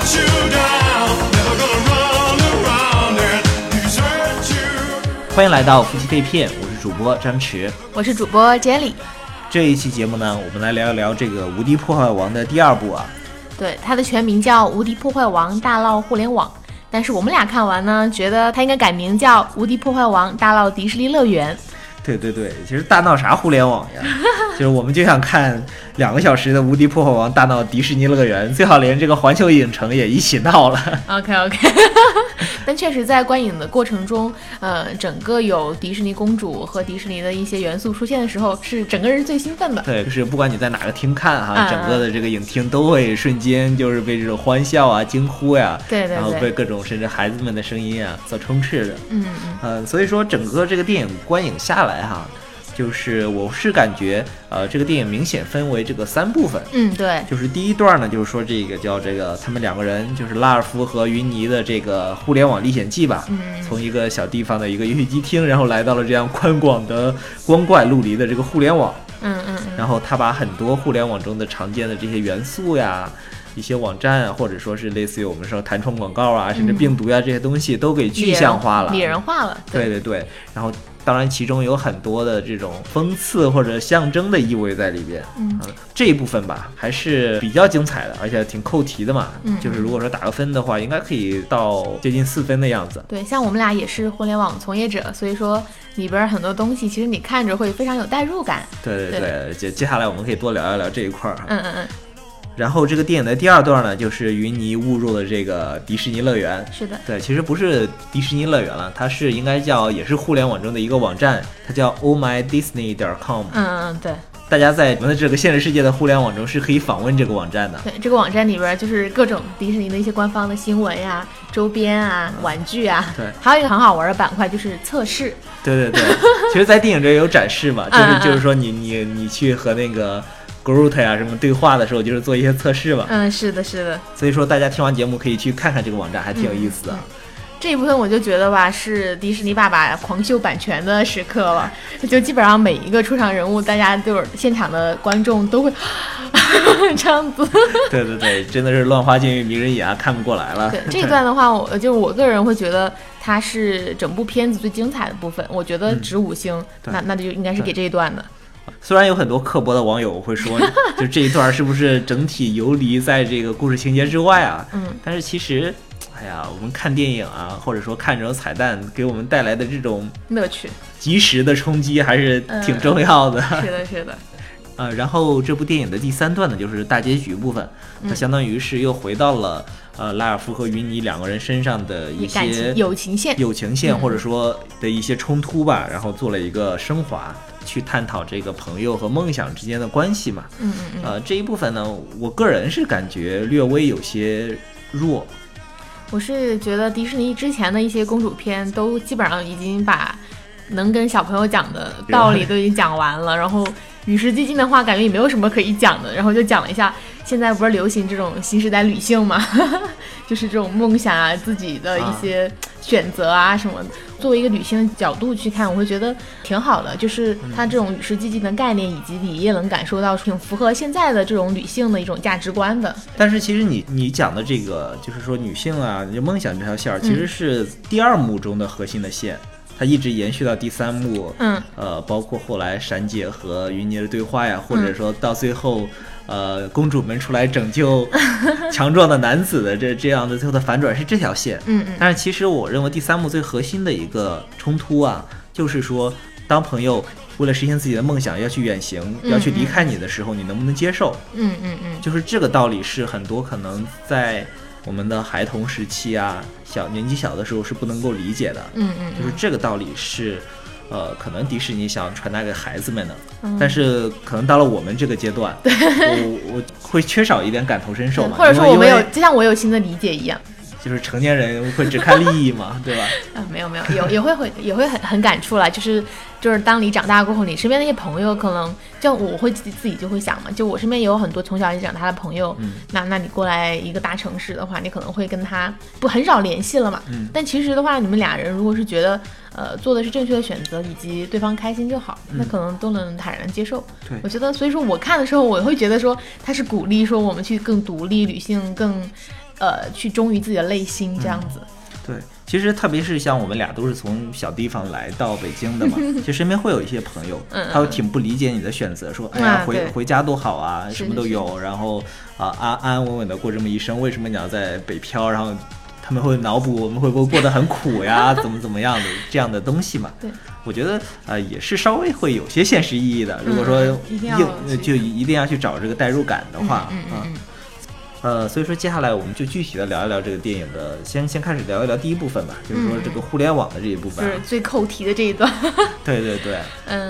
欢迎来到夫妻肺片，我是主播张弛， 我是主播 Jelly。 这一期节目呢，我们来聊一聊这个《无敌破坏王》的第二部啊。 对，它的全名叫《无敌破坏王大闹互联网》，但是我们俩看完呢，觉得它应该改名叫《无敌破坏王大闹迪士尼乐园》。 对对对，其实大闹啥互联网呀？就是我们就想看2个小时的《无敌破坏王大闹迪士尼乐园》，最好连这个环球影城也一起闹了。 OK， 但确实在观影的过程中，整个有迪士尼公主和迪士尼的一些元素出现的时候，是整个人最兴奋的。 对，就是不管你在哪个厅看哈，整个的这个影厅都会瞬间就是被这种欢笑啊、惊呼呀， 对， 然后被各种甚至孩子们的声音啊所充斥的。所以说整个这个电影观影下来哈，就是我是感觉这个电影明显分为这个3部分。 对， 就是第一段呢，就是说这个叫这个他们2个人，就是拉尔夫和云妮的这个互联网历险记吧。从一个小地方的一个游戏机厅，然后来到了这样宽广的光怪陆离的这个互联网。然后他把很多互联网中的常见的这些元素呀，一些网站啊，或者说是类似于我们说弹窗广告啊，甚至病毒呀这些东西都给具象化了、 拟人化了。 对，然后当然其中有很多的这种讽刺或者象征的意味在里边。这一部分吧还是比较精彩的，而且挺扣题的嘛。就是如果说打个分的话，应该可以到接近4分的样子。 对，像我们俩也是互联网从业者，所以说里边很多东西其实你看着会非常有代入感。 对，接下来我们可以多聊一聊这一块。然后这个电影的第二段呢，就是云妮误入了这个迪士尼乐园。 是的， 对，其实不是迪士尼乐园了，它是应该叫也是互联网中的一个网站，它叫 ohmydisney.com。 对。 大家在我们的这个现实世界的互联网中是可以访问这个网站的。 对，这个网站里边就是各种迪士尼的一些官方的新闻呀、周边啊、玩具啊。 对， 还有一个很好玩的板块就是测试。 对，其实，在电影这有展示嘛，就是说你去和那个Groot 呀什么对话的时候，就是做一些测试吧。 是的。 所以说大家听完节目可以去看看这个网站，还挺有意思的。 这一部分我就觉得吧，是迪士尼爸爸狂秀版权的时刻了，就基本上每一个出场人物，大家就是现场的观众都会这样子。对， 真的是乱花渐欲迷人眼啊，看不过来了。 对，这一段的话，我个人会觉得它是整部片子最精彩的部分，我觉得值5星，那就应该是给这一段的。 虽然有很多刻薄的网友会说，就这一段是不是整体游离在这个故事情节之外啊？但是其实。我们看电影啊，或者说看这种彩蛋给我们带来的这种乐趣、及时的冲击还是挺重要的。 是的。 然后这部电影的第3段呢，就是大结局部分，它相当于是又回到了拉尔夫和云妮2个人身上的一些友情线， 或者说的一些冲突吧，然后做了一个升华，去探讨这个朋友和梦想之间的关系嘛。这一部分呢，我个人是感觉略微有些弱。 我是觉得迪士尼之前的一些公主片都基本上已经把能跟小朋友讲的道理都已经讲完了，然后与时俱进的话感觉也没有什么可以讲的，然后就讲了一下现在不是流行这种新时代女性嘛，就是这种梦想啊、自己的一些选择啊什么的。作为一个女性的角度去看，我会觉得挺好的，就是它这种与时俱进的概念，以及你也能感受到挺符合现在的这种女性的一种价值观的。 但是其实你讲的这个就是说女性啊，梦想这条线其实是第2幕中的核心的线。它一直延续到第3幕，包括后来闪姐和云妮的对话呀，或者说到最后，公主们出来拯救强壮的男子的这样的最后的反转是这条线。但是其实我认为第3幕最核心的一个冲突啊，就是说当朋友为了实现自己的梦想要去远行，要去离开你的时候，你能不能接受？就是这个道理是很多可能在我们的孩童时期啊，年纪小的时候是不能够理解的。就是这个道理是可能迪士尼想传达给孩子们的，但是可能到了我们这个阶段，我会缺少一点感同身受嘛， 或者说我们有就像我有新的理解一样。 就是成年人会只看利益嘛，对吧？ 没有，也会很感触啦。就是当你长大过后，你身边那些朋友，可能就我会自己就会想嘛，就我身边也有很多从小一起长大的朋友，那你过来一个大城市的话，你可能会跟他很少联系了嘛。但其实的话，你们俩人如果是觉得做的是正确的选择，以及对方开心就好，那可能都能坦然接受。 对， 我觉得，所以说我看的时候，我会觉得说他是鼓励说我们去更独立，女性去忠于自己的内心这样子。 对，其实特别是像我们俩都是从小地方来到北京的嘛，其实身边会有一些朋友，他会挺不理解你的选择，说哎呀回家多好啊，什么都有，然后安安稳稳的过这么一生，为什么你要在北漂？然后他们会脑补我们会不会过得很苦呀，怎么样的这样的东西嘛。对，我觉得也是稍微会有些现实意义的。如果说就一定要去找这个代入感的话，所以说接下来我们就具体的聊一聊这个电影的，先开始聊一聊第一部分吧，就是说这个互联网的这一部分， 就是最扣题的这一段。 对对对，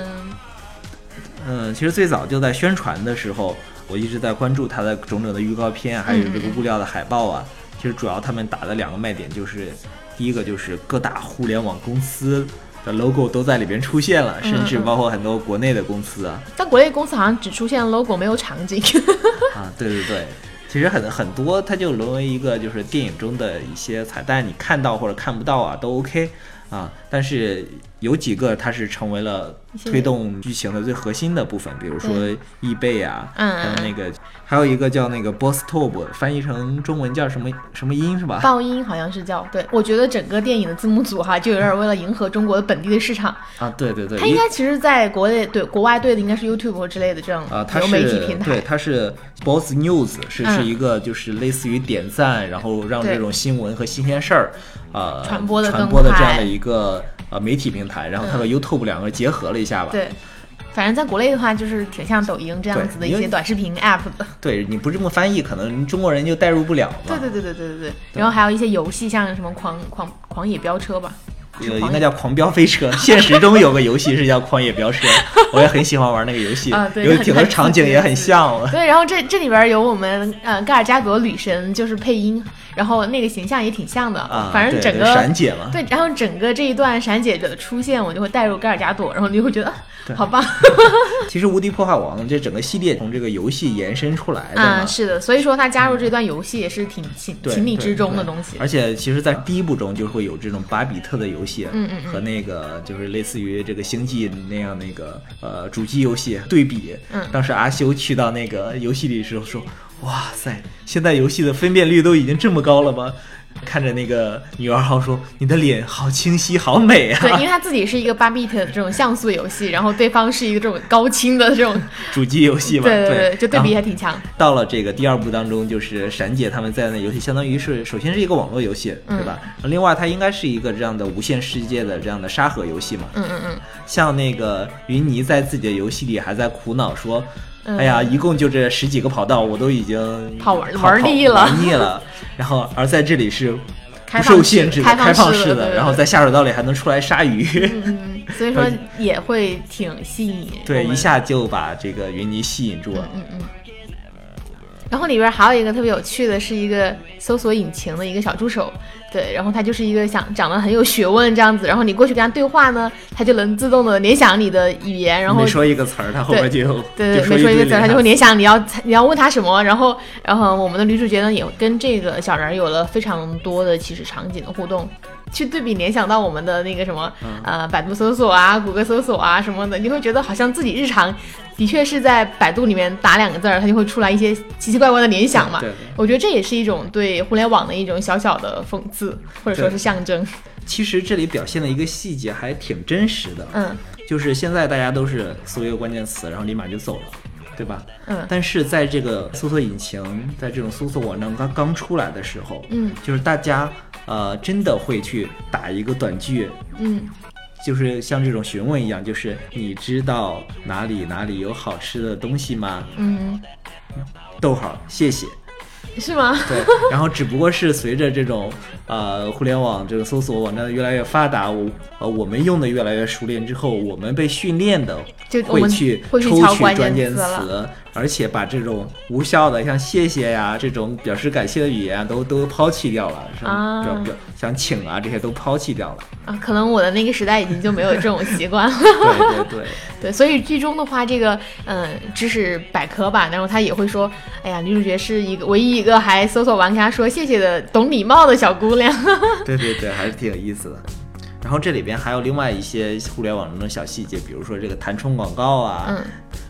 其实最早就在宣传的时候，我一直在关注它的种种的预告片，还有这个物料的海报啊。其实主要他们打的2个卖点就是，第一个就是各大互联网公司的 logo 都在里边出现了，甚至包括很多国内的公司啊。 但国内公司好像只出现了 logo 没有场景。 对对对，其实很多它就沦为一个就是电影中的一些彩蛋，你看到或者看不到啊都 OK 啊，但是有几个它是成为了推动剧情的最核心的部分，比如说易贝啊，还有一个叫那个 Bostop， 翻译成中文叫什么音是吧？ 爆音好像是叫。对，我觉得整个电影的字幕组就有点为了迎合中国的本地的市场啊。对对对， 它应该其实在国外对的应该是 YouTube 或之类的这种流媒体平台。 对，它是 Boss News， 是一个就是类似于点赞，然后让这种新闻和新鲜事儿传播的这样的一个媒体平台，然后它和 YouTube 2个结合了一下吧。 对。反正在国内的话，就是挺像抖音这样子的一些短视频 app 的。 对，你不这么翻译，可能中国人就代入不了嘛。 对。然后还有一些游戏，像什么狂野飙车吧， 应该叫狂飙飞车。现实中有个游戏是叫狂野飙车，我也很喜欢玩那个游戏，有挺多场景也很像。 对，然后这里边有我们盖尔加朵女神就是配音，然后那个形象也挺像的。反正整个闪姐嘛。 对，然后整个这一段闪姐的出现，我就会带入盖尔加朵，然后你就会觉得好棒。 其实无敌破坏王这整个系列从这个游戏延伸出来的嘛。 是的，所以说他加入这段游戏也是挺情理之中的东西。 而且其实在第一部中就会有这种巴比特的游戏，和那个就是类似于这个星际那样那个主机游戏对比。当时阿修去到那个游戏里的时候说，哇塞，现在游戏的分辨率都已经这么高了吗？看着那个女二号说，你的脸好清晰好美啊。 对，因为他自己是一个8bit的这种像素游戏，然后对方是一个这种高清的这种主机游戏嘛。 对，就对比还挺强。 到了这个第2部当中，就是闪姐他们在那游戏相当于是首先是一个网络游戏，对吧？另外它应该是一个这样的无限世界的这样的沙盒游戏嘛。像那个云妮在自己的游戏里还在苦恼说，哎呀，一共就这10几个跑道，我都已经玩腻了。然后而在这里是不受限制的开放式的，然后在下水道里还能出来鲨鱼。 所以说也会挺吸引。 对，一下就把这个云妮吸引住了。 然后里边还有一个特别有趣的是一个搜索引擎的一个小助手。对，然后他就是一个长得很有学问这样子，然后你过去跟他对话呢，他就能自动的联想你的语言，然后每说一个词儿，他后边就对每说一个词儿，他就会联想你要问他什么，然后我们的女主角呢也跟这个小人有了非常多的其实场景的互动，去对比联想到我们的那个什么百度搜索啊、谷歌搜索啊什么的，你会觉得好像自己日常的确是在百度里面打2个字儿，它就会出来一些奇奇怪怪的联想嘛。对，我觉得这也是一种对互联网的一种小小的讽刺，或者说是象征。 其实这里表现的一个细节还挺真实的，就是现在大家都是搜一个关键词，然后立马就走了，对吧？但是在这个搜索引擎，在这种搜索网站刚出来的时候，就是大家真的会去打一个短句，就是像这种询问一样，就是你知道哪里有好吃的东西吗？逗号，谢谢。 是吗？ 对，然后只不过是随着这种互联网这个搜索网站越来越发达，我们用的越来越熟练之后，我们被训练的会去抽取关键词，而且把这种无效的像谢谢呀这种表示感谢的语言都抛弃掉了，像请啊这些都抛弃掉了啊。可能我的那个时代已经就没有这种习惯了。对，所以剧中的话，这个知识百科吧，然后他也会说，哎呀，女主角是唯一一个还搜索完跟他说谢谢的懂礼貌的小姑娘。 对，还是挺有意思的。然后这里边还有另外一些互联网中的小细节，比如说这个弹窗广告啊，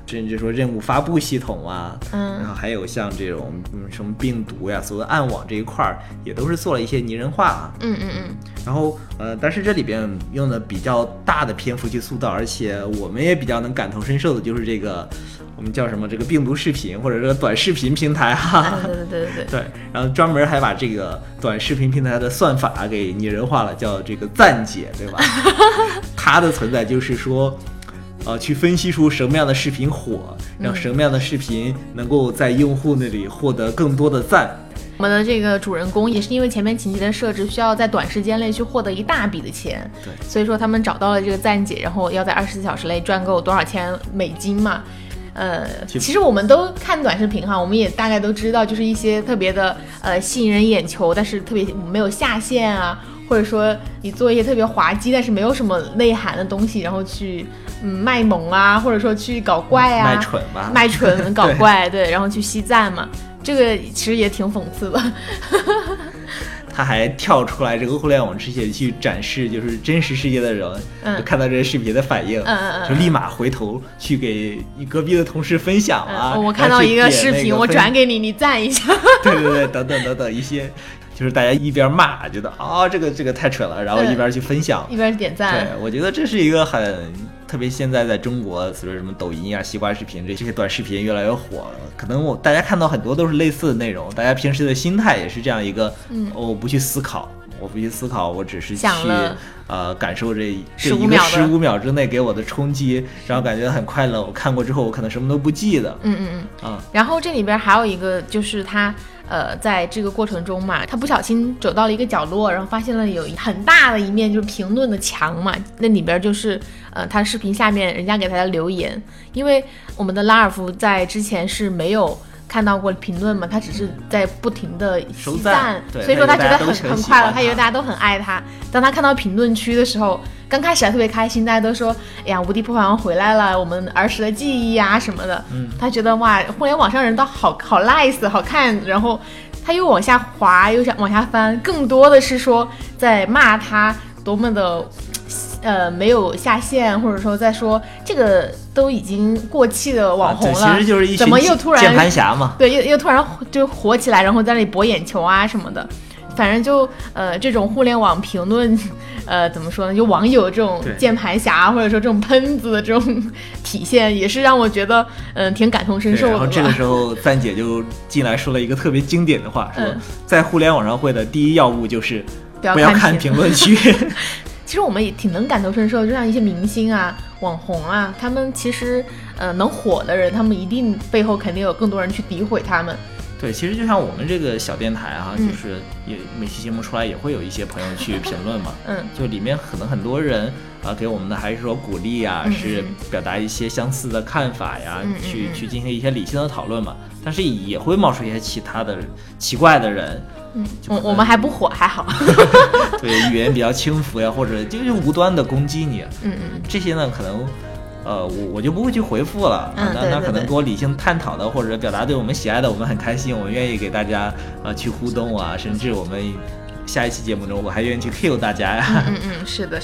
甚至说任务发布系统啊，然后还有像这种什么病毒呀，所谓的暗网这一块也都是做了一些拟人化啊。然后但是这里边用的比较大的篇幅去塑造，而且我们也比较能感同身受的就是这个我们叫什么这个病毒视频或者这个短视频平台哈。对，然后专门还把这个短视频平台的算法给拟人化了，叫这个赞姐，对吧？它的存在就是说去分析出什么样的视频火，让什么样的视频能够在用户那里获得更多的赞。 我们的这个主人公也是因为前面情节的设置需要在短时间内去获得一大笔的钱， 对， 所以说他们找到了这个赞姐，然后要在24小时内赚够多少钱美金嘛。其实我们都看短视频哈，我们也大概都知道，就是一些特别的吸引人眼球，但是特别没有下限啊，或者说你做一些特别滑稽但是没有什么内涵的东西，然后去卖萌啊，或者说去搞怪啊， 卖蠢吧， 卖蠢搞怪对，然后去吸赞嘛，这个其实也挺讽刺的。 他还跳出来这个互联网世界去展示，就是真实世界的人，就看到这个视频的反应，就立马回头去给你隔壁的同事分享啊。 我看到一个视频，我转给你，你赞一下。 对，等等一些。就是大家一边骂觉得这个太蠢了，然后一边去分享， 一边点赞。 对，我觉得这是一个特别现在中国随着什么抖音啊、西瓜视频这些短视频越来越火，可能大家看到很多都是类似的内容，大家平时的心态也是这样一个，我不去思考，我只是去感受这一个15秒之内给我的冲击，然后感觉很快乐。我看过之后，我可能什么都不记得。 然后这里边还有一个就是他。在这个过程中嘛，他不小心走到了一个角落，然后发现了有很大的一面就是评论的墙嘛，那里边就是他视频下面人家给他的留言，因为我们的拉尔夫在之前是没有看到过评论嘛，他只是在不停的吸赞，所以说他觉得很快乐，他以为大家都很爱他。当他看到评论区的时候，刚开始还特别开心，大家都说哎呀无敌破坏王回来了，我们儿时的记忆啊什么的，他觉得哇互联网上人都好 nice 好看，然后他又往下滑又往下翻，更多的是说在骂他多么的没有下线，或者说在说这个都已经过气的网红了， 其实就是一群怎么又突然键盘侠嘛， 对，又突然就火起来，然后在那里博眼球啊什么的。反正就这种互联网评论怎么说呢，就网友这种键盘侠或者说这种喷子的这种体现，也是让我觉得挺感同身受的。 然后这个时候赞姐就进来说了一个特别经典的话，说在互联网上会的第一要务就是不要看评论区。 其实我们也挺能感同身受，就像一些明星啊网红啊，他们其实能火的人，他们一定背后肯定有更多人去诋毁他们。 对，其实就像我们这个小电台啊，就是也每期节目出来也会有一些朋友去评论嘛，就里面可能很多人给我们的还是说鼓励啊，是表达一些相似的看法呀，去进行一些理性的讨论嘛，但是也会冒出一些其他的奇怪的人， 我们还不火还好， 对，语言比较轻浮呀，或者就是无端的攻击你，这些呢可能。我就不会去回复了，那可能跟我理性探讨的或者表达对我们喜爱的，我们很开心，我们愿意给大家去互动啊，甚至我们下一期节目中我还愿意去 cue 大家呀。 是的。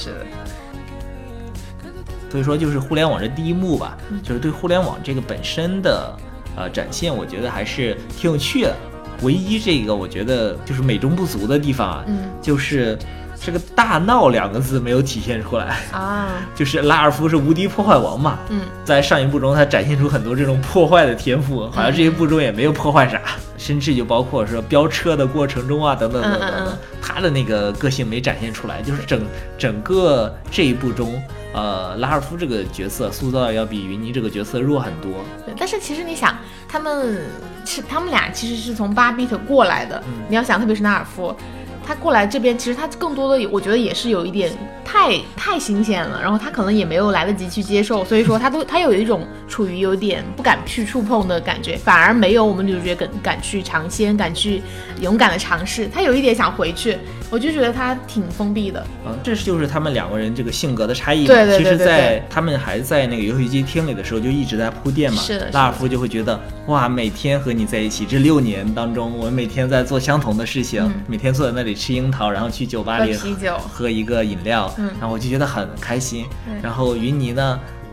所以说就是互联网这第一幕吧，就是对互联网这个本身的展现，我觉得还是挺有趣的。唯一这个我觉得就是美中不足的地方啊，就是这个大闹2个字没有体现出来啊，就是拉尔夫是无敌破坏王嘛，在上一部中他展现出很多这种破坏的天赋，好像这一部中也没有破坏啥，甚至就包括说飙车的过程中啊等等，他的那个个性没展现出来，就是整个这一部中拉尔夫这个角色塑造要比云妮这个角色弱很多。 但是其实你想他们俩其实是从8bit过来的，你要想特别是拉尔夫他过来这边，其实他更多的我觉得也是有一点太新鲜了，然后他可能也没有来得及去接受，所以说他有一种处于有点不敢去触碰的感觉，反而没有我们主角敢去尝鲜，敢去勇敢的尝试，他有一点想回去，我就觉得他挺封闭的。 这就是他们2个人这个性格的差异嘛。 对， 其实在他们还在那个游戏机厅里的时候就一直在铺垫嘛。 是的。 拉尔夫就会觉得哇，每天和你在一起这6年当中，我们每天在做相同的事情，每天坐在那里吃樱桃，然后去酒吧里喝一个饮料，然后我就觉得很开心。然后云妮呢，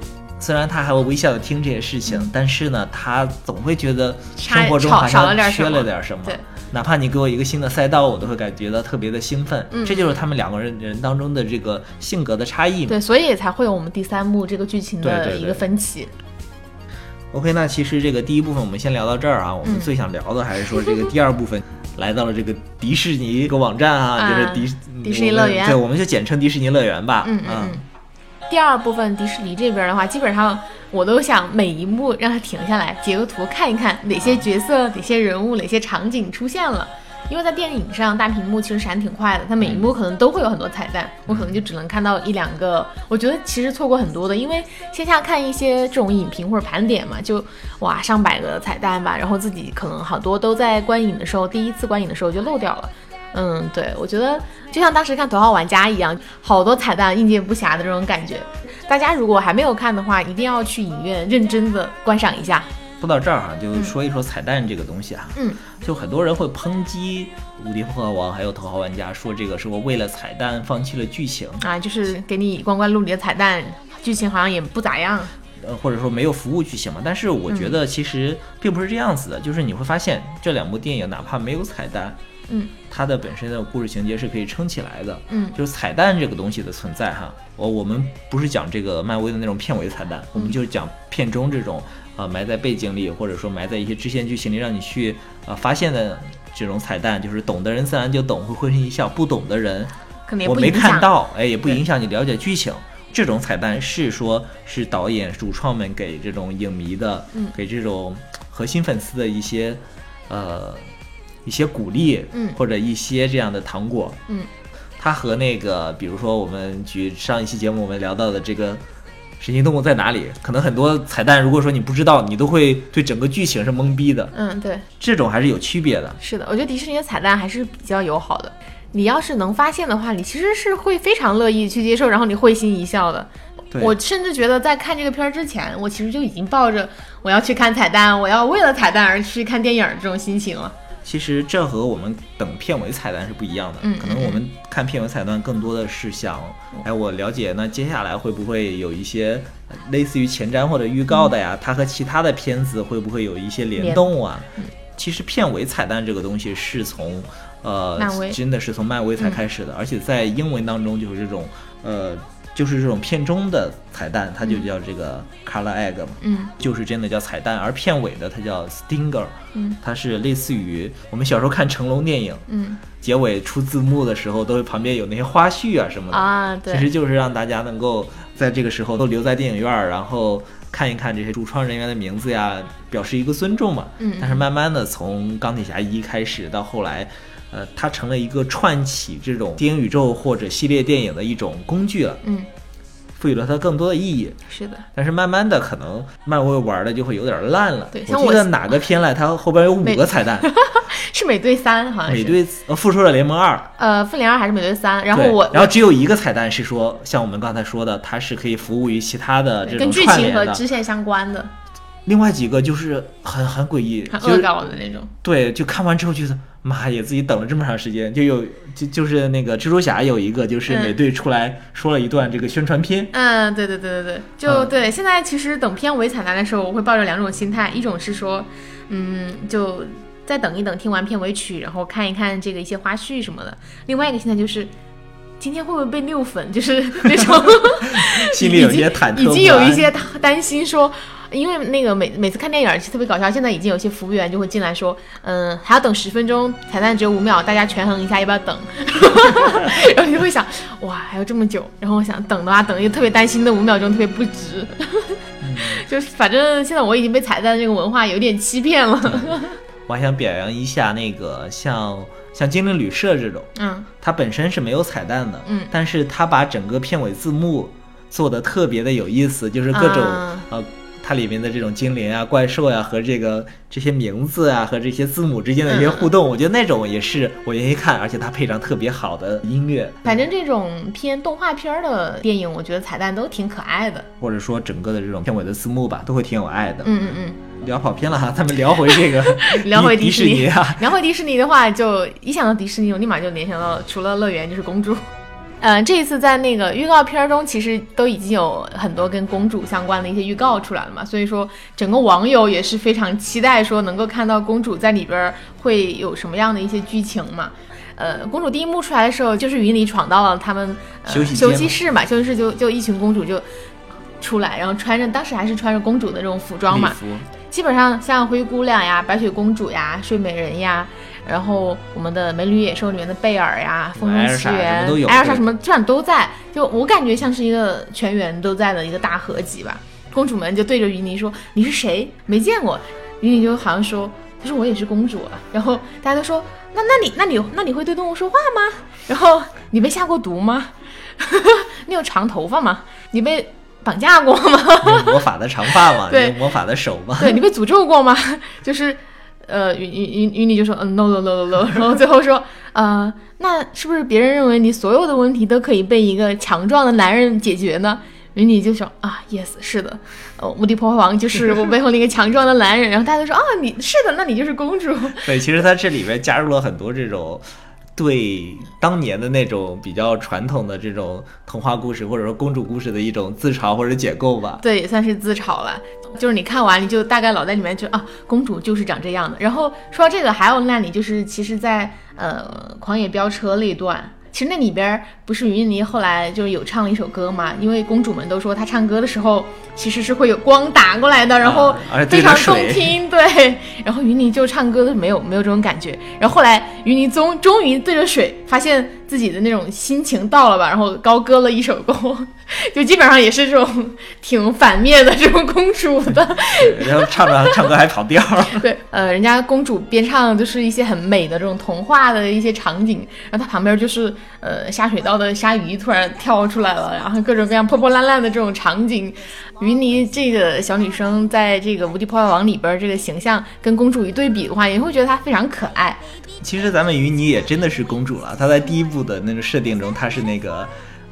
虽然他还会微笑的听这些事情，但是呢，他总会觉得生活中好像缺了点什么。 对， 哪怕你给我一个新的赛道，我都会感觉到特别的兴奋。这就是他们两个人当中的这个性格的差异嘛。 对，所以才会有我们第3幕这个剧情的一个分歧。 OK， 那其实这个第一部分我们先聊到这儿啊。我们最想聊的还是说这个第2部分，来到了这个迪士尼这个网站啊，就是迪士尼乐园。 对，我们就简称迪士尼乐园吧。 第2部分迪士尼这边的话，基本上我都想每一幕让它停下来，截个图看一看哪些角色、哪些人物、哪些场景出现了。因为在电影上大屏幕其实闪挺快的，它每一幕可能都会有很多彩蛋，我可能就只能看到1-2个，我觉得其实错过很多的。因为线下看一些这种影评或者盘点嘛，就哇上百个彩蛋吧，然后自己可能好多都在观影的时候，第一次观影的时候就漏掉了。对，我觉得就像当时看《头号玩家》一样，好多彩蛋应接不暇的这种感觉。大家如果还没有看的话，一定要去影院认真的观赏一下。 说到这儿就说一说彩蛋这个东西啊。就很多人会抨击《无敌破坏王》还有《头号玩家》，说这个是我为了彩蛋放弃了剧情啊，就是给你关关录里的彩蛋，剧情好像也不咋样。 或者说没有服务剧情嘛。但是我觉得其实并不是这样子的，就是你会发现这2部电影哪怕没有彩蛋，它的本身的故事情节是可以撑起来的。就是彩蛋这个东西的存在哈，我们不是讲这个漫威的那种片尾彩蛋，我们就是讲片中这种埋在背景里，或者说埋在一些支线剧情里，让你去发现的这种彩蛋。就是懂的人自然就懂，会会心一笑；不懂的人我没看到，也不影响你了解剧情。这种彩蛋是说是导演主创们给这种影迷的，给这种核心粉丝的一些鼓励，或者一些这样的糖果。它和那个比如说我们举上一期节目我们聊到的这个神奇动物在哪里，可能很多彩蛋如果说你不知道，你都会对整个剧情是懵逼的。 对， 这种还是有区别的。 是的，我觉得迪士尼的彩蛋还是比较友好的，你要是能发现的话，你其实是会非常乐意去接受，然后你会心一笑的。我甚至觉得在看这个片之前，我其实就已经抱着我要去看彩蛋，我要为了彩蛋而去看电影这种心情了。 其实这和我们等片尾彩蛋是不一样的。可能我们看片尾彩蛋更多的是想，我了解那接下来会不会有一些类似于前瞻或者预告的呀，它和其他的片子会不会有一些联动啊。其实片尾彩蛋这个东西是从真的是从漫威才开始的，而且在英文当中就是这种片中的彩蛋，它就叫这个 color egg 嘛，就是真的叫彩蛋。而片尾的它叫 stinger，它是类似于我们小时候看成龙电影，结尾出字幕的时候都会旁边有那些花絮啊什么的啊，对， 其实就是让大家能够在这个时候都留在电影院，然后看一看这些主创人员的名字呀，表示一个尊重嘛。但是慢慢的从钢铁侠1开始到后来，它成了一个串起这种电影宇宙或者系列电影的一种工具了。赋予了它更多的意义。 是的， 但是慢慢的可能漫威玩的就会有点烂了。 对， 我记得哪个片来它后边有5个彩蛋。 是美队3好像是。 美队复仇者联盟2。 复联2还是美队3？然后只有一个彩蛋是说，像我们刚才说的，它是可以服务于其他的这种串联的， 跟剧情和支线相关的。 另外几个就是很诡异， 很恶搞的那种。 对，就看完之后觉得妈呀，自己等了这么长时间，就是那个蜘蛛侠有一个就是美队出来说了一段这个宣传片。 对，对。现在其实等片尾彩蛋的时候，我会抱着2种心态，一种是说，就再等一等，听完片尾曲，然后看一看这个一些花絮什么的。另外一个心态就是，今天会不会被6粉？就是那种心里有一些忐忑， 已经有一些担心说。因为那个每次看电影其实特别搞笑，现在已经有些服务员就会进来说，还要等10分钟，彩蛋只有5秒，大家权衡一下要不要等。然后你会想，哇，还有这么久，然后我想等的话，等又特别担心那5秒钟特别不值。就是反正现在我已经被彩蛋这个文化有点欺骗了。 我还想表扬一下那个像精灵旅社这种，它本身是没有彩蛋的，但是它把整个片尾字幕做得特别的有意思，就是各种它里面的这种精灵啊、怪兽啊和这些名字啊和这些字母之间的一些互动，我觉得那种也是我愿意看，而且它配上特别好的音乐。 反正这种偏动画片的电影，我觉得彩蛋都挺可爱的， 或者说整个的这种片尾的字幕吧，都会挺有爱的。聊跑偏了哈，咱们聊回这个聊回迪士尼啊。 聊回迪士尼的话，就一想到迪士尼，我立马就联想到除了乐园就是公主。 这一次在那个预告片中，其实都已经有很多跟公主相关的一些预告出来了嘛，所以说整个网友也是非常期待说能够看到公主在里边会有什么样的一些剧情嘛。公主第一幕出来的时候，就是云里闯到了他们休息室嘛，休息室就一群公主就出来，然后当时还是穿着公主的这种服装嘛，基本上像灰姑娘呀、白雪公主呀、睡美人呀，然后我们的美女野兽里面的贝尔呀、风中奇缘、艾尔莎什么基本上都在，就我感觉像是一个全员都在的一个大合集吧。公主们就对着云妮说：“你是谁？没见过。”云妮就好像说：“她说我也是公主啊。”然后大家都说：“那你会对动物说话吗？然后你被下过毒吗？你有长头发吗？你被绑架过吗？ 有魔法的长发吗？ 对， 有魔法的手吗？ 对，你被诅咒过吗？就是云妮就说no， 然后最后说那是不是别人认为你所有的问题都可以被一个强壮的男人解决呢？云妮就说yes， 是的，无敌破坏王就是我背后那个强壮的男人。然后大家都说你是的，那你就是公主。 对，其实他这里边加入了很多这种对当年的那种比较传统的这种童话故事或者说公主故事的一种自嘲或者解构吧。 对，也算是自嘲了。就是你看完你就大概脑袋里面就公主就是长这样的。然后说到这个还有那里就是其实在狂野飙车那一段，其实那里边不是云妮后来就是有唱了一首歌嘛，因为公主们都说她唱歌的时候其实是会有光打过来的，然后非常动听，对，然后云妮就唱歌都没有这种感觉。然后后来云妮终于对着水发现自己的那种心情到了吧，然后高歌了一首歌，就基本上也是这种挺反面的这种公主的， 然后唱歌还跑调。 对，人家公主边唱就是一些很美的这种童话的一些场景，然后她旁边就是下水道的鲨鱼突然跳出来了，然后各种各样破破烂烂的这种场景。云妮这个小女生在这个无敌破坏王里边这个形象跟公主一对比的话，也会觉得她非常可爱。 其实咱们云妮也真的是公主了，她在第一部的那个设定中，她是那个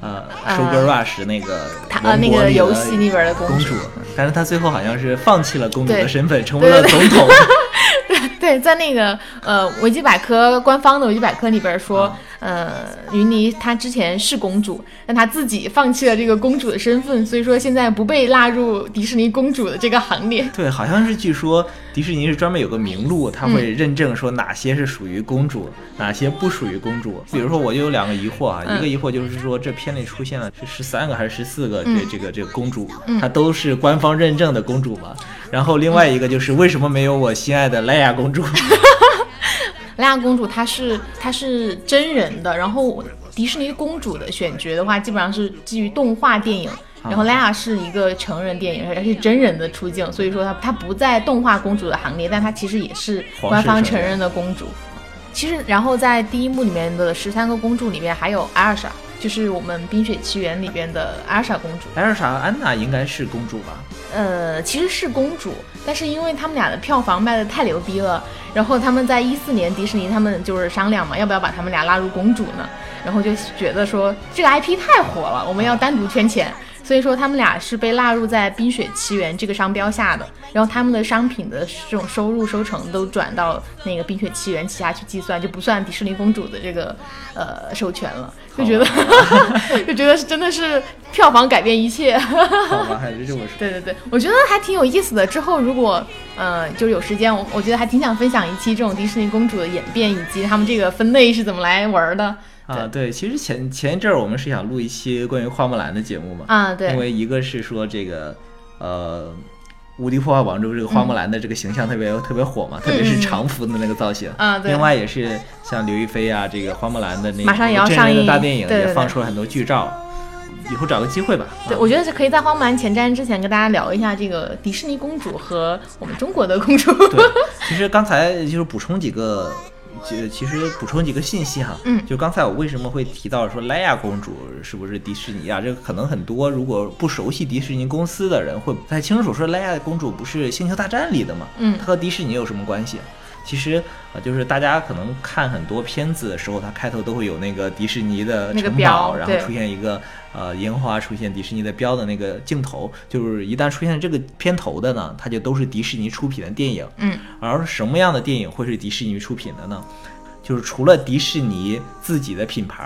Sugar Rush 那个那个游戏里边的公主， 但是她最后好像是放弃了公主的身份，成为了总统。 对，在那个维基百科官方的维基百科里边说，云妮她之前是公主，但她自己放弃了这个公主的身份，所以说现在不被纳入迪士尼公主的这个行列。 对，好像是据说迪士尼是专门有个名录，他会认证说哪些是属于公主，哪些不属于公主。比如说我就有两个疑惑啊，一个疑惑就是说这片里出现了是13个还是14个这个公主，她都是官方认证的公主嘛？然后另外一个就是为什么没有我心爱的莱娅公主？ 莱娅公主她是真人的，然后迪士尼公主的选角的话基本上是基于动画电影，然后莱娅是一个成人电影，而且是真人的出镜，所以说她不在动画公主的行列，但她其实也是官方承认的公主。其实然后在第一幕里面的13个公主里面还有艾尔莎，就是我们冰雪奇缘里边的艾尔莎公主。 艾尔莎安娜应该是公主吧？ 其实是公主，但是因为他们俩的票房卖的太牛逼了，然后他们在14年迪士尼他们就是商量嘛，要不要把他们俩拉入公主呢？然后就觉得说这个 IP 太火了，我们要单独圈钱，所以说他们俩是被纳入在冰雪奇缘这个商标下的，然后他们的商品的这种收成都转到那个冰雪奇缘旗下去计算，就不算迪士尼公主的这个授权了，就觉得就觉得真的是票房改变一切。 好吧，还是这么说。 对，我觉得还挺有意思的。之后如果就是有时间，我觉得还挺想分享一期这种迪士尼公主的演变以及他们这个分类是怎么来玩的。 对，其实前一阵儿我们是想录一期关于花木兰的节目嘛， 对， 因为一个是说这个无敌破坏王中这个花木兰的这个形象特别火嘛，特别是长服的那个造型， 对， 另外也是像刘亦菲啊，这个花木兰的那个马上也要上映的大电影也放出了很多剧照。以后找个机会吧。 对，我觉得是可以在花木兰前瞻之前跟大家聊一下这个迪士尼公主和我们中国的公主。 对，其实刚才就是补充几个信息哈，就刚才我为什么会提到说莱娅公主是不是迪士尼啊？这个可能很多如果不熟悉迪士尼公司的人会不太清楚，说莱娅公主不是星球大战里的吗？她和迪士尼有什么关系？其实就是大家可能看很多片子的时候，它开头都会有那个迪士尼的城堡，然后出现一个烟花，出现迪士尼的标的那个镜头，就是一旦出现这个片头的呢，它就都是迪士尼出品的电影。而什么样的电影会是迪士尼出品的呢？就是除了迪士尼自己的品牌，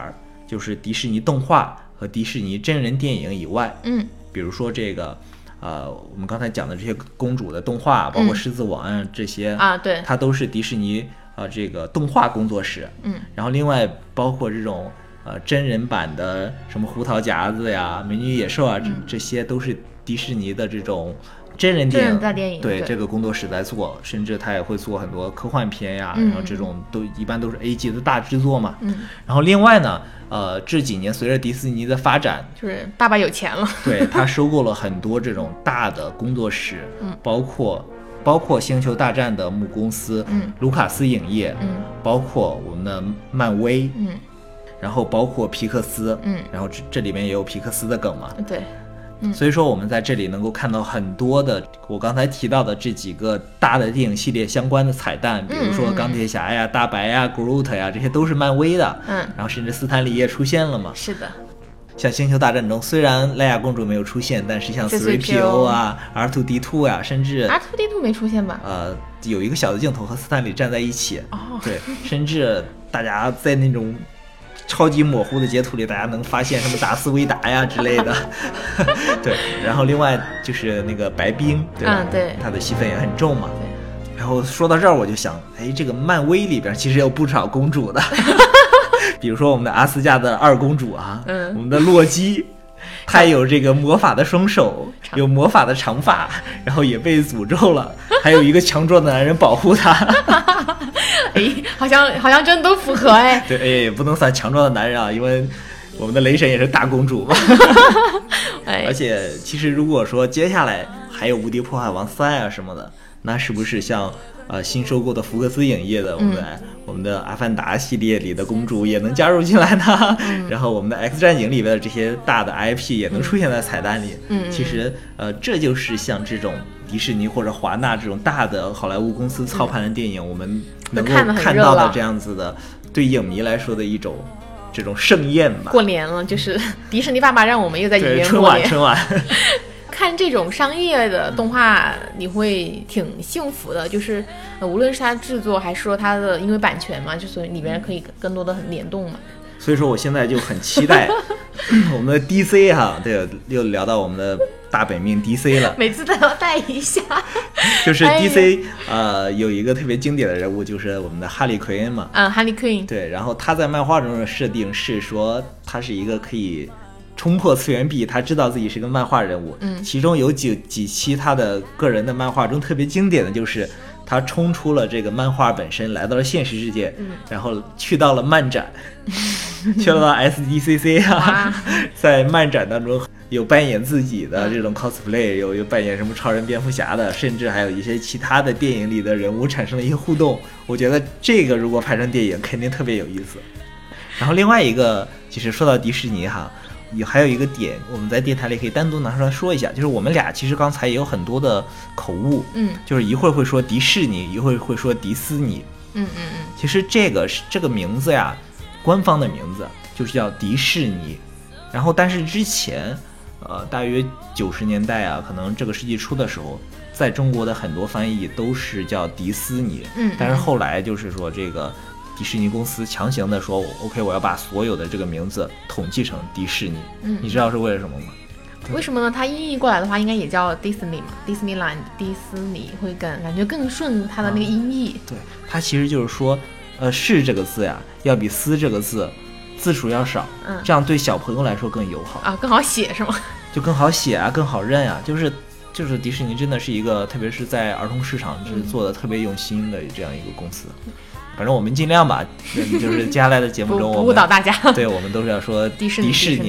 就是迪士尼动画和迪士尼真人电影以外，比如说这个我们刚才讲的这些公主的动画，包括狮子王啊这些啊，对， 它都是迪士尼这个动画工作室，然后另外包括这种真人版的什么胡桃夹子呀、美女野兽啊，这些都是迪士尼的这种真人电影，对这个工作室在做，甚至他也会做很多科幻片呀，然后这种一般都是 A 级的大制作嘛。然后另外呢，这几年随着迪士尼的发展， 就是爸爸有钱了， 对，他收购了很多这种大的工作室，包括星球大战的母公司，卢卡斯影业，包括我们的漫威，然后包括皮克斯，然后这里面也有皮克斯的梗嘛， 对。 所以说我们在这里能够看到很多的我刚才提到的这几个大的电影系列相关的彩蛋，比如说钢铁侠呀、大白呀、Groot 呀，这些都是漫威的，然后甚至斯坦李也出现了嘛。 是的。 像星球大战中，虽然莱娅公主没有出现，但是像 3PO 啊、R2D2 呀，甚至 R2D2 没出现吧？ 有一个小的镜头和斯坦李站在一起，对，甚至大家在那种超级模糊的截图里，大家能发现什么达斯维达呀之类的，对。然后另外就是那个白冰，对吧？ 对， 他的戏份也很重嘛。然后说到这儿，我就想，这个漫威里边其实有不少公主的，比如说我们的阿斯加的二公主啊，我们的洛基，她有这个魔法的双手，有魔法的长发，然后也被诅咒了，还有一个强壮的男人保护她。 好像真的都符合对，也不能算强壮的男人啊，因为我们的雷神也是大公主嘛。而且其实如果说接下来还有无敌破坏王3啊什么的，那是不是像新收购的福克斯影业的我们的阿凡达系列里的公主也能加入进来呢？然后我们的 X 战警里边的这些大的 IP 也能出现在彩蛋里。其实这就是像这种迪士尼或者华纳这种大的好莱坞公司操盘的电影，我们能够看到的这样子的，对影迷来说的一种这种盛宴吧。 过年了，就是迪士尼爸爸让我们又在影院过年。 春晚看这种商业的动画你会挺幸福的，就是无论是它制作还是说它的因为版权嘛，就所以里面可以更多的很联动嘛。 所以说我现在就很期待我们的 DC 哈，对，又聊到我们的大本命 DC 了， 每次都要带一下。 就是 DC 有一个特别经典的人物，就是我们的哈利奎恩嘛。 哈利奎恩。 对，然后他在漫画中的设定是说他是一个可以冲破次元壁，他知道自己是个漫画人物。其中有几期他的个人的漫画中特别经典的就是他冲出了这个漫画本身，来到了现实世界，然后去到了漫展，去到了 SDCC 啊，在漫展当中有扮演自己的这种 cosplay，有扮演什么超人、蝙蝠侠的，甚至还有一些其他的电影里的人物产生了一些互动。我觉得这个如果拍成电影，肯定特别有意思。然后另外一个，其实说到迪士尼哈，还有一个点，我们在电台里可以单独拿出来说一下，就是我们俩其实刚才也有很多的口误，就是一会儿会说迪士尼，一会儿会说迪斯尼，其实这个名字呀，官方的名字就是叫迪士尼，然后但是之前，大约90年代啊，可能这个世纪初的时候，在中国的很多翻译都是叫迪斯尼，但是后来就是说这个迪士尼公司强行的说 OK， 我要把所有的这个名字统计成迪士尼。你知道是为了什么吗？ 为什么呢？它音译过来的话应该也叫 Disney 嘛， Disneyland 迪斯尼会感觉更顺它的那个音译。 对，它其实就是说是这个字呀要比斯这个字数要少，这样对小朋友来说更友好更好写是吗？就更好写啊，更好认啊，就是迪士尼真的是一个，特别是在儿童市场是做的特别用心的这样一个公司。反正我们尽量吧，就是接下来的节目中不误导大家。 对，我们都是要说迪士尼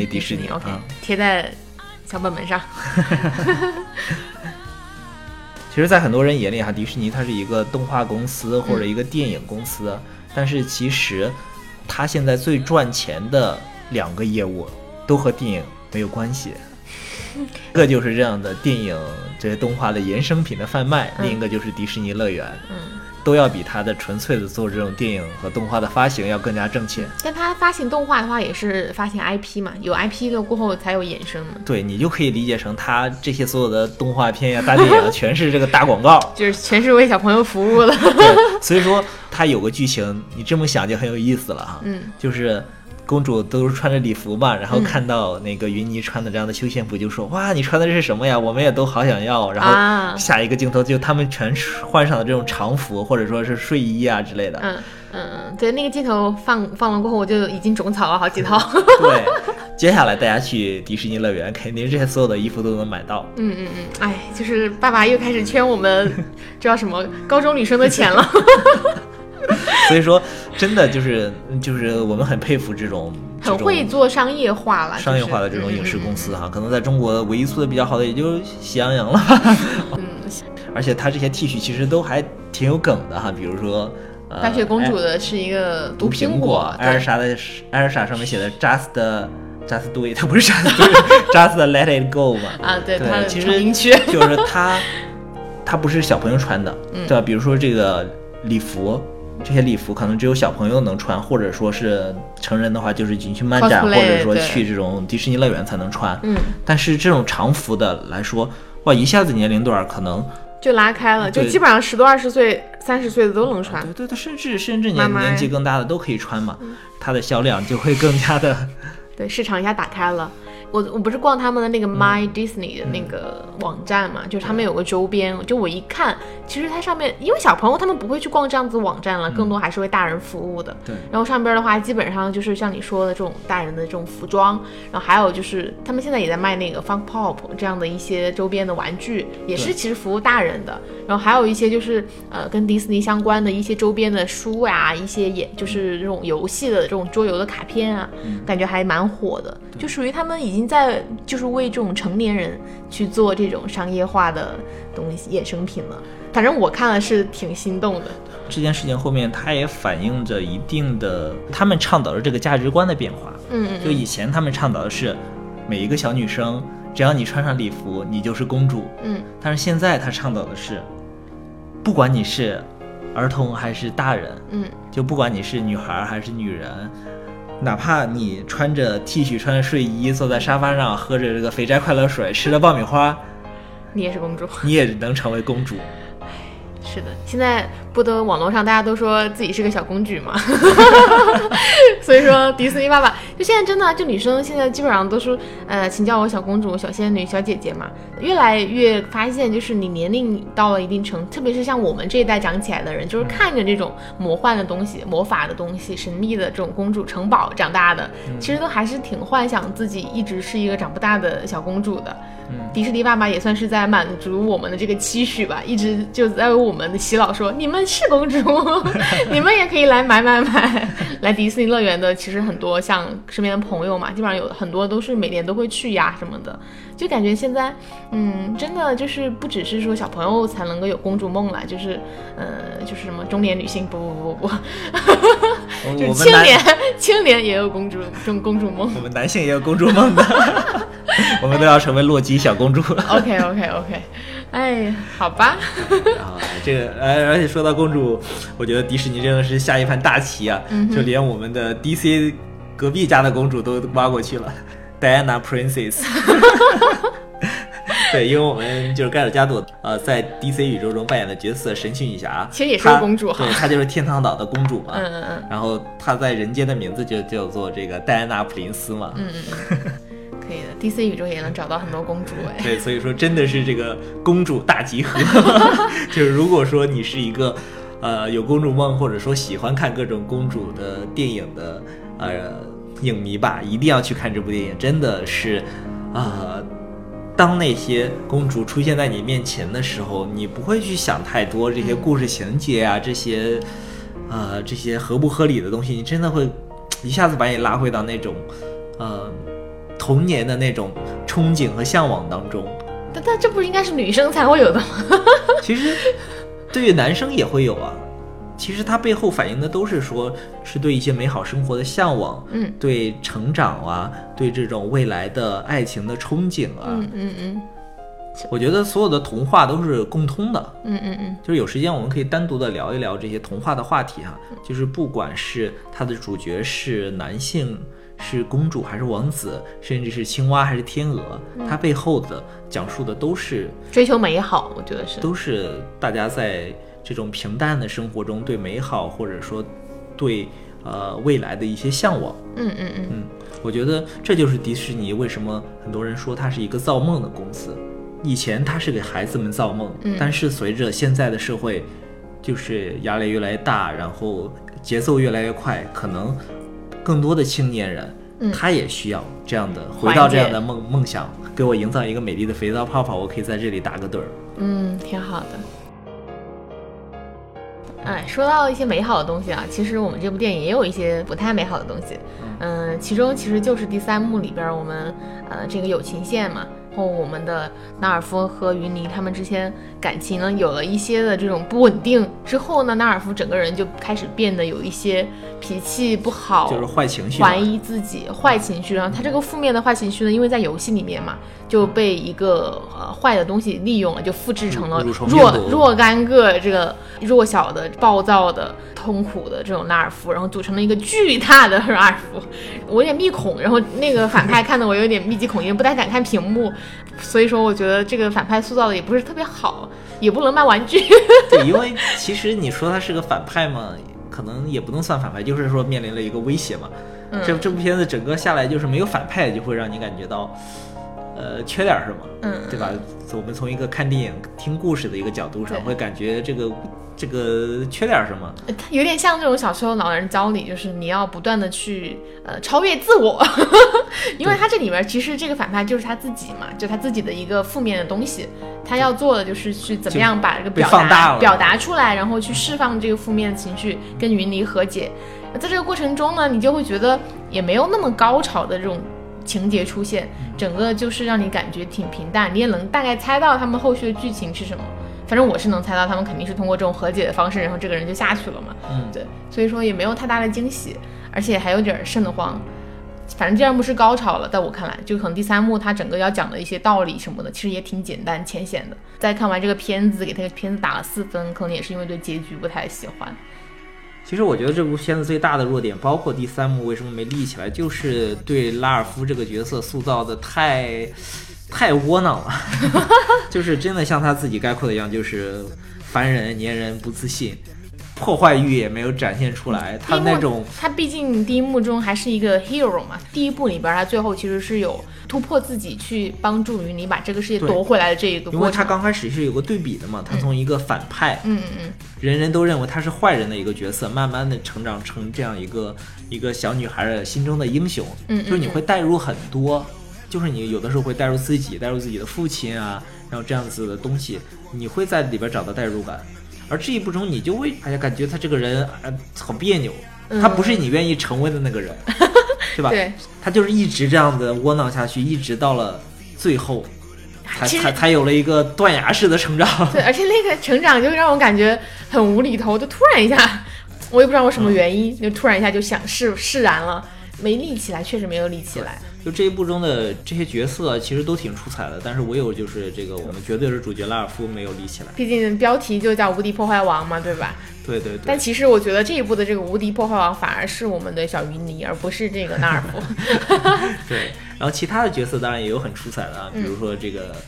OK，贴在小本本上。 其实在很多人眼里哈，迪士尼它是一个动画公司或者一个电影公司，但是其实它现在最赚钱的2个业务都和电影没有关系。一个就是这样的电影这些动画的衍生品的贩卖，另一个就是迪士尼乐园，都要比它的纯粹的做这种电影和动画的发行要更加挣钱。 但它发行动画的话也是发行 IP 嘛，有 IP 的过后才有衍生的。 对，你就可以理解成它这些所有的动画片呀、大电影全是这个大广告， 就是全是为小朋友服务的。 对，所以说它有个剧情，你这么想就很有意思了哈。就是公主都是穿着礼服嘛，然后看到那个云妮穿的这样的休闲服，就说哇，你穿的是什么呀？我们也都好想要。然后下一个镜头就他们全换上了这种常服或者说是睡衣啊之类的。 对，那个镜头放了过后，我就已经种草了好几套。 对，接下来大家去迪士尼乐园，肯定这些所有的衣服都能买到。 哎，就是爸爸又开始圈我们知道什么高中女生的钱了。 所以说，真的就是我们很佩服这种很会做商业化了， 商业化的这种影视公司哈。可能在中国唯一做的比较好的也就喜羊羊了。而且它这些 T 恤其实都还挺有梗的哈，比如说。 白雪公主的是一个毒苹果， 艾尔莎上面写的 just do it， 它不是 just do it，just let it go 嘛。 对，它的其实名区就是它不是小朋友穿的，对吧？比如说这个礼服，这些礼服可能只有小朋友能穿，或者说是成人的话，就是你去漫展或者说去这种迪士尼乐园才能穿。但是这种常服的来说，哇，一下子年龄段可能。 就拉开了，就基本上10多20岁、30岁的都能穿。 对，甚至年纪更大的都可以穿嘛，它的销量就会更加的。 对，市场一下打开了。我不是逛他们的那个 My Disney 的那个网站嘛，就是他们有个周边，就我一看，其实它上面因为小朋友他们不会去逛这样子网站了，更多还是为大人服务的。 对。 然后上边的话，基本上就是像你说的这种大人的这种服装，然后还有就是他们现在也在卖那个 Fun Pop 这样的一些周边的玩具，也是其实服务大人的。然后还有一些就是跟迪士尼相关的一些周边的书呀，一些也就是这种游戏的这种桌游的卡片啊，感觉还蛮火的，就属于他们已经在就是为这种成年人去做这种商业化的东西衍生品了。反正我看了是挺心动的。 这件事情后面它也反映着一定的他们倡导的这个价值观的变化。就以前他们倡导的是每一个小女生只要你穿上礼服你就是公主。但是现在他倡导的是不管你是儿童还是大人，就不管你是女孩还是女人，哪怕你穿着 T 恤穿着睡衣坐在沙发上喝着这个肥宅快乐水吃着爆米花， 你也是公主， 你也能成为公主。 是的，现在不都网络上大家都说自己是个小公举嘛。所以说迪士尼爸爸就现在真的就女生现在基本上都说请叫我小公主小仙女小姐姐嘛。越来越发现就是你年龄到了一定程度，特别是像我们这一代长起来的人，就是看着这种魔幻的东西魔法的东西神秘的这种公主城堡长大的，其实都还是挺幻想自己一直是一个长不大的小公主的。迪士尼爸爸也算是在满足我们的这个期许吧，一直就在为我们的洗脑说你们是公主你们也可以来买来迪士尼乐园的。其实很多像身边的朋友嘛，基本上有很多都是每年都会去呀什么的，就感觉现在真的就是不只是说小朋友才能够有公主梦了，就是就是什么中年女性不就青年也有公主梦， 我们男性也有公主梦的。我们都要成为洛基小公主。 OK， 哎，好吧。 这个而且说到公主，我觉得迪士尼真的是下一盘大棋啊，就连我们的 DC 隔壁家的公主都挖过去了 ，Diana Princess。对，因为我们就是盖尔加朵在 DC 宇宙中扮演的角色神奇女侠， 其实也是个公主哈。 对，她就是天堂岛的公主嘛。然后她在人间的名字就叫做这个戴安娜·普林斯嘛。 可以的 ，DC 宇宙也能找到很多公主哎。 对，所以说真的是这个公主大集合。就是如果说你是一个有公主梦，或者说喜欢看各种公主的电影的影迷吧，一定要去看这部电影。真的是当那些公主出现在你面前的时候，你不会去想太多这些故事情节啊，这些合不合理的东西，你真的会一下子把你拉回到那种童年的那种憧憬和向往当中。 但这不应该是女生才会有的吗？ 其实对于男生也会有啊。其实它背后反映的都是说是对一些美好生活的向往，对成长啊，对这种未来的爱情的憧憬啊。我觉得所有的童话都是共通的。就是有时间我们可以单独的聊一聊这些童话的话题哈。就是不管是它的主角是男性，是公主还是王子，甚至是青蛙还是天鹅，它背后的讲述的都是追求美好。我觉得是都是大家在这种平淡的生活中对美好或者说对未来的一些向往。我觉得这就是迪士尼为什么很多人说它是一个造梦的公司。以前它是给孩子们造梦，但是随着现在的社会就是压力越来越大，然后节奏越来越快，可能更多的青年人他也需要这样的回到这样的梦想，给我营造一个美丽的肥皂泡泡，我可以在这里打个盹儿。 挺好的。说到一些美好的东西啊，其实我们这部电影也有一些不太美好的东西。其中其实就是第3幕里边我们这个友情线嘛，然后我们的纳尔夫和云妮他们之间感情呢有了一些的这种不稳定之后呢，纳尔夫整个人就开始变得有一些脾气不好， 就是坏情绪， 怀疑自己，坏情绪。然后他这个负面的坏情绪呢，因为在游戏里面嘛，就被一个坏的东西利用了，就复制成了若干个这个弱小的、暴躁的、痛苦的这种纳尔夫，然后组成了一个巨大的纳尔夫。我有点密恐，然后那个反派看得我有点密集恐惧，不太敢看屏幕，所以说我觉得这个反派塑造的也不是特别好，也不能卖玩具。 对，因为其实你说他是个反派嘛，可能也不能算反派，就是说面临了一个威胁嘛。这部片子整个下来就是没有反派，就会让你感觉到缺点什么，对吧？我们从一个看电影听故事的一个角度上，会感觉这个缺点什么？ 它有点像这种小时候老人教你，就是你要不断的去超越自我，因为他这里面其实这个反派就是他自己嘛，就他自己的一个负面的东西，他要做的就是去怎么样把这个表达出来，然后去释放这个负面的情绪，跟云妮和解。在这个过程中呢，你就会觉得也没有那么高潮的这种情节出现，整个就是让你感觉挺平淡，你也能大概猜到他们后续的剧情是什么。反正我是能猜到他们肯定是通过这种和解的方式，然后这个人就下去了嘛。对，所以说也没有太大的惊喜，而且还有点瘆得慌。反正第2幕是高潮了，在我看来，就可能第3幕它整个要讲的一些道理什么的，其实也挺简单浅显的。在看完这个片子，给这个片子打了4分，可能也是因为对结局不太喜欢。 其实我觉得这部片子最大的弱点，包括第3幕为什么没立起来，就是对拉尔夫这个角色塑造的太窝囊了。就是真的像他自己概括的一样，就是烦人、粘人、不自信，破坏欲也没有展现出来。他那种， 他毕竟第1幕中还是一个 hero 嘛，第1部里边他最后其实是有突破自己去帮助云妮把这个世界夺回来的这一个过程。 因为他刚开始是有个对比的嘛，他从一个反派，人人都认为他是坏人的一个角色，慢慢的成长成这样一个小女孩的心中的英雄。就是你会带入很多，就是你有的时候会带入自己的父亲啊，然后这样子的东西，你会在里边找到代入感。而这一部中你就会感觉他这个人好别扭，他不是你愿意成为的那个人，对吧？ 对， 他就是一直这样的窝囊下去，一直到了最后才有了一个断崖式的成长。 对，而且那个成长就让我感觉很无厘头，就突然一下，我也不知道为什么原因，就突然一下就想释然了，没立起来，确实没有立起来。 就这一部中的这些角色其实都挺出彩的，但是唯有就是这个我们绝对是主角拉尔夫没有立起来。 毕竟标题就叫无敌破坏王嘛，对吧？ 对对对。 但其实我觉得这一部的这个无敌破坏王反而是我们的小云妮，而不是这个纳尔夫。 对，然后其他的角色当然也有很出彩的啊，比如说这个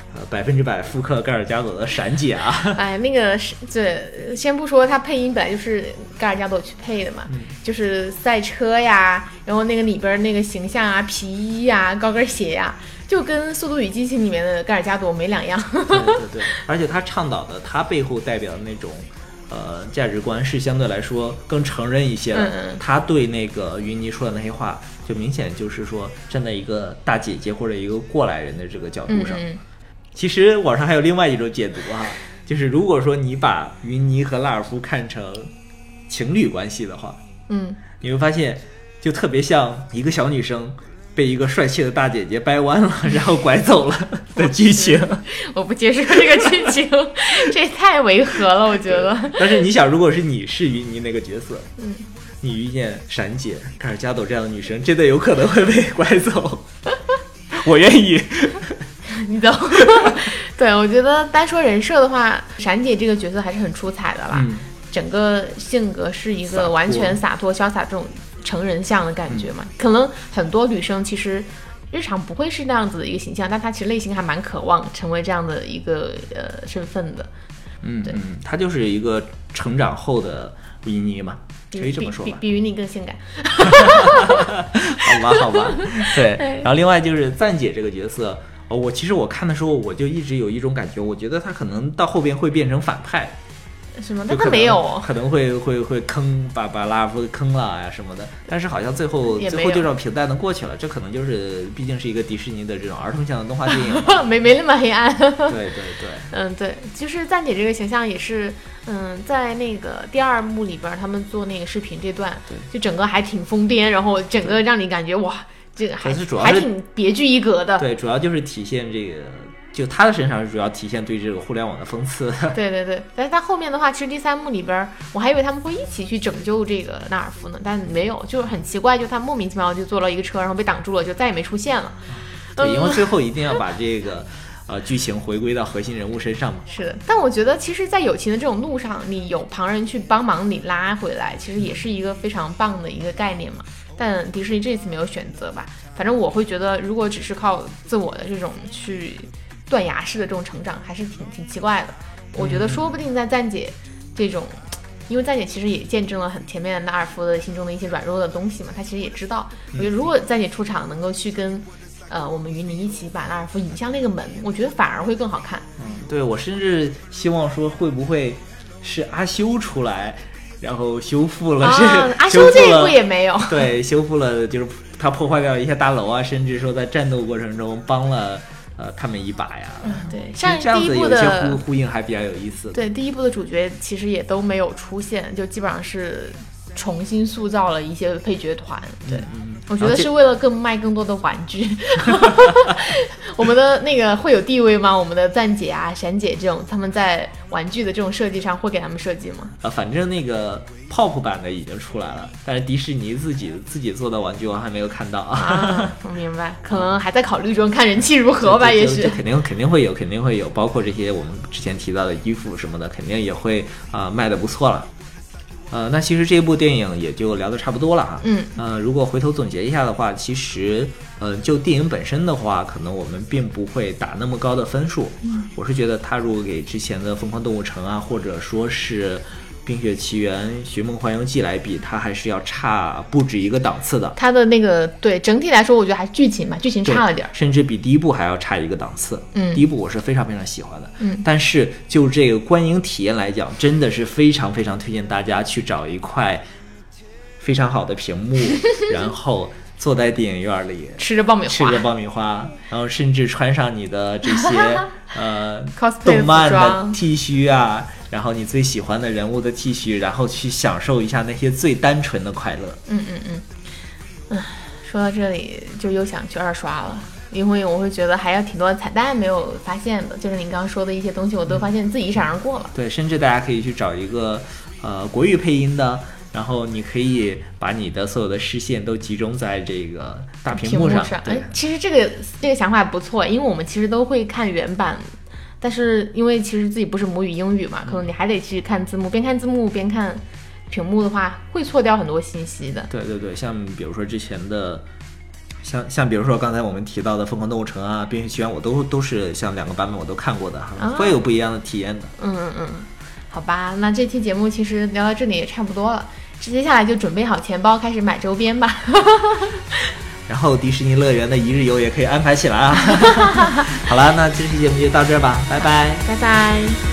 100%复刻盖尔加朵的闪姐啊。 那个对，先不说他配音本来就是盖尔加朵去配的嘛，就是赛车呀，然后那个里边那个形象啊，皮衣呀，高跟鞋呀，就跟《速度与激情》里面的盖尔加朵没两样。 对对对，而且他倡导的，他背后代表的那种价值观是相对来说更成人一些的。他对那个云妮说的那些话，就明显就是说站在一个大姐姐或者一个过来人的这个角度上。其实网上还有另外一种解读啊，就是如果说你把云妮和拉尔夫看成情侣关系的话，你会发现就特别像一个小女生被一个帅气的大姐姐掰弯了，然后拐走了的剧情。 我不接受这个剧情，这太违和了，我觉得。 但是你想，如果是你是云妮那个角色，你遇见闪姐、盖尔加朵这样的女生，真的有可能会被拐走。我愿意。 你懂。对，我觉得单说人设的话，闪姐这个角色还是很出彩的啦。整个性格是一个完全洒脱潇洒这种成人像的感觉嘛。可能很多女生其实日常不会是那样子的一个形象，但她其实内心还蛮渴望成为这样的一个身份的。 她就是一个成长后的云妮嘛。 可以这么说吧， 比云妮更性感。 好吧，对。然后另外就是赞姐这个角色，其实我看的时候我就一直有一种感觉，我觉得她可能到后边会变成反派。 什么？但他没有， 可能会坑把拉尔夫坑了呀什么的，但是好像最后就这种平淡的过去了。这可能就是毕竟是一个迪士尼的这种儿童向的动画电影， 没那么黑暗。 对， 对，就是赞姐这个形象也是，在那个第2幕里边，他们做那个视频这段，就整个还挺疯癫，然后整个让你感觉哇，这个还挺别具一格的。 对，主要就是体现这个。就他的身上主要体现对这个互联网的讽刺。 对，但是他后面的话，其实第3幕里边，我还以为他们会一起去拯救这个纳尔夫呢，但没有，就是很奇怪，就他莫名其妙就坐了一个车，然后被挡住了，就再也没出现了。 对，因为最后一定要把这个剧情回归到核心人物身上嘛。 是的，但我觉得其实，在友情的这种路上，你有旁人去帮忙你拉回来，其实也是一个非常棒的一个概念嘛。但迪士尼这次没有选择吧，反正我会觉得，如果只是靠自我的这种去断崖式的这种成长还是挺奇怪的。我觉得说不定在赞姐这种，因为赞姐其实也见证了很前面的纳尔夫的心中的一些软弱的东西嘛，她其实也知道。我觉得如果赞姐出场能够去跟我们云妮一起把纳尔夫引向那个门，我觉得反而会更好看。 对，我甚至希望说会不会是阿修出来，然后修复了阿修这一步也没有。 对，修复了就是他破坏掉一些大楼啊，甚至说在战斗过程中帮了他们一把呀。 对， 像这样子有一些呼应还比较有意思。 对，第1部的主角其实也都没有出现，就基本上是重新塑造了一些配角团。对，我觉得是为了卖更多的玩具。我们的那个会有地位吗？我们的赞姐啊、闪姐这种，他们在玩具的这种设计上会给他们设计吗？ 反正那个 POP 版的已经出来了，但是迪士尼自己做的玩具我还没有看到啊。 我明白，可能还在考虑中，看人气如何吧。也许肯定会有，包括这些我们之前提到的衣服什么的，肯定也会卖的不错了。那其实这部电影也就聊得差不多了哈。如果回头总结一下的话，其实就电影本身的话，可能我们并不会打那么高的分数。我是觉得它如果给之前的《疯狂动物城》啊，或者说是《冰雪奇缘：寻梦环游记》来比，它还是要差不止一个档次的。 它的那个对整体来说，我觉得还是剧情差了点， 甚至比第1部还要差一个档次。第1部我是非常非常喜欢的。但是就这个观影体验来讲，真的是非常非常推荐大家去找一块非常好的屏幕，然后坐在电影院里吃着爆米花，然后甚至穿上你的这些动漫的 T 恤啊，然后你最喜欢的人物的 T 恤，然后去享受一下那些最单纯的快乐。 说到这里就又想去2刷了，因为我会觉得还有挺多彩蛋没有发现的，就是你刚刚说的一些东西我都发现自己一闪而过了。 对，甚至大家可以去找一个国语配音的，然后你可以把你的所有的视线都集中在这个大屏幕上。 其实这个想法不错，因为我们其实都会看原版，但是因为其实自己不是母语英语嘛，可能你还得去看字幕，边看字幕边看屏幕的话，会错掉很多信息的。 对，像比如说之前的，像比如说刚才我们提到的《疯狂动物城》啊，《冰雪奇缘》，我都是像2个版本我都看过的，会有不一样的体验的。 好吧，那这期节目其实聊到这里也差不多了，接下来就准备好钱包，开始买周边吧。 然后迪士尼乐园的1日游也可以安排起来啊。好了，那这期节目就到这儿吧，拜拜。 拜拜。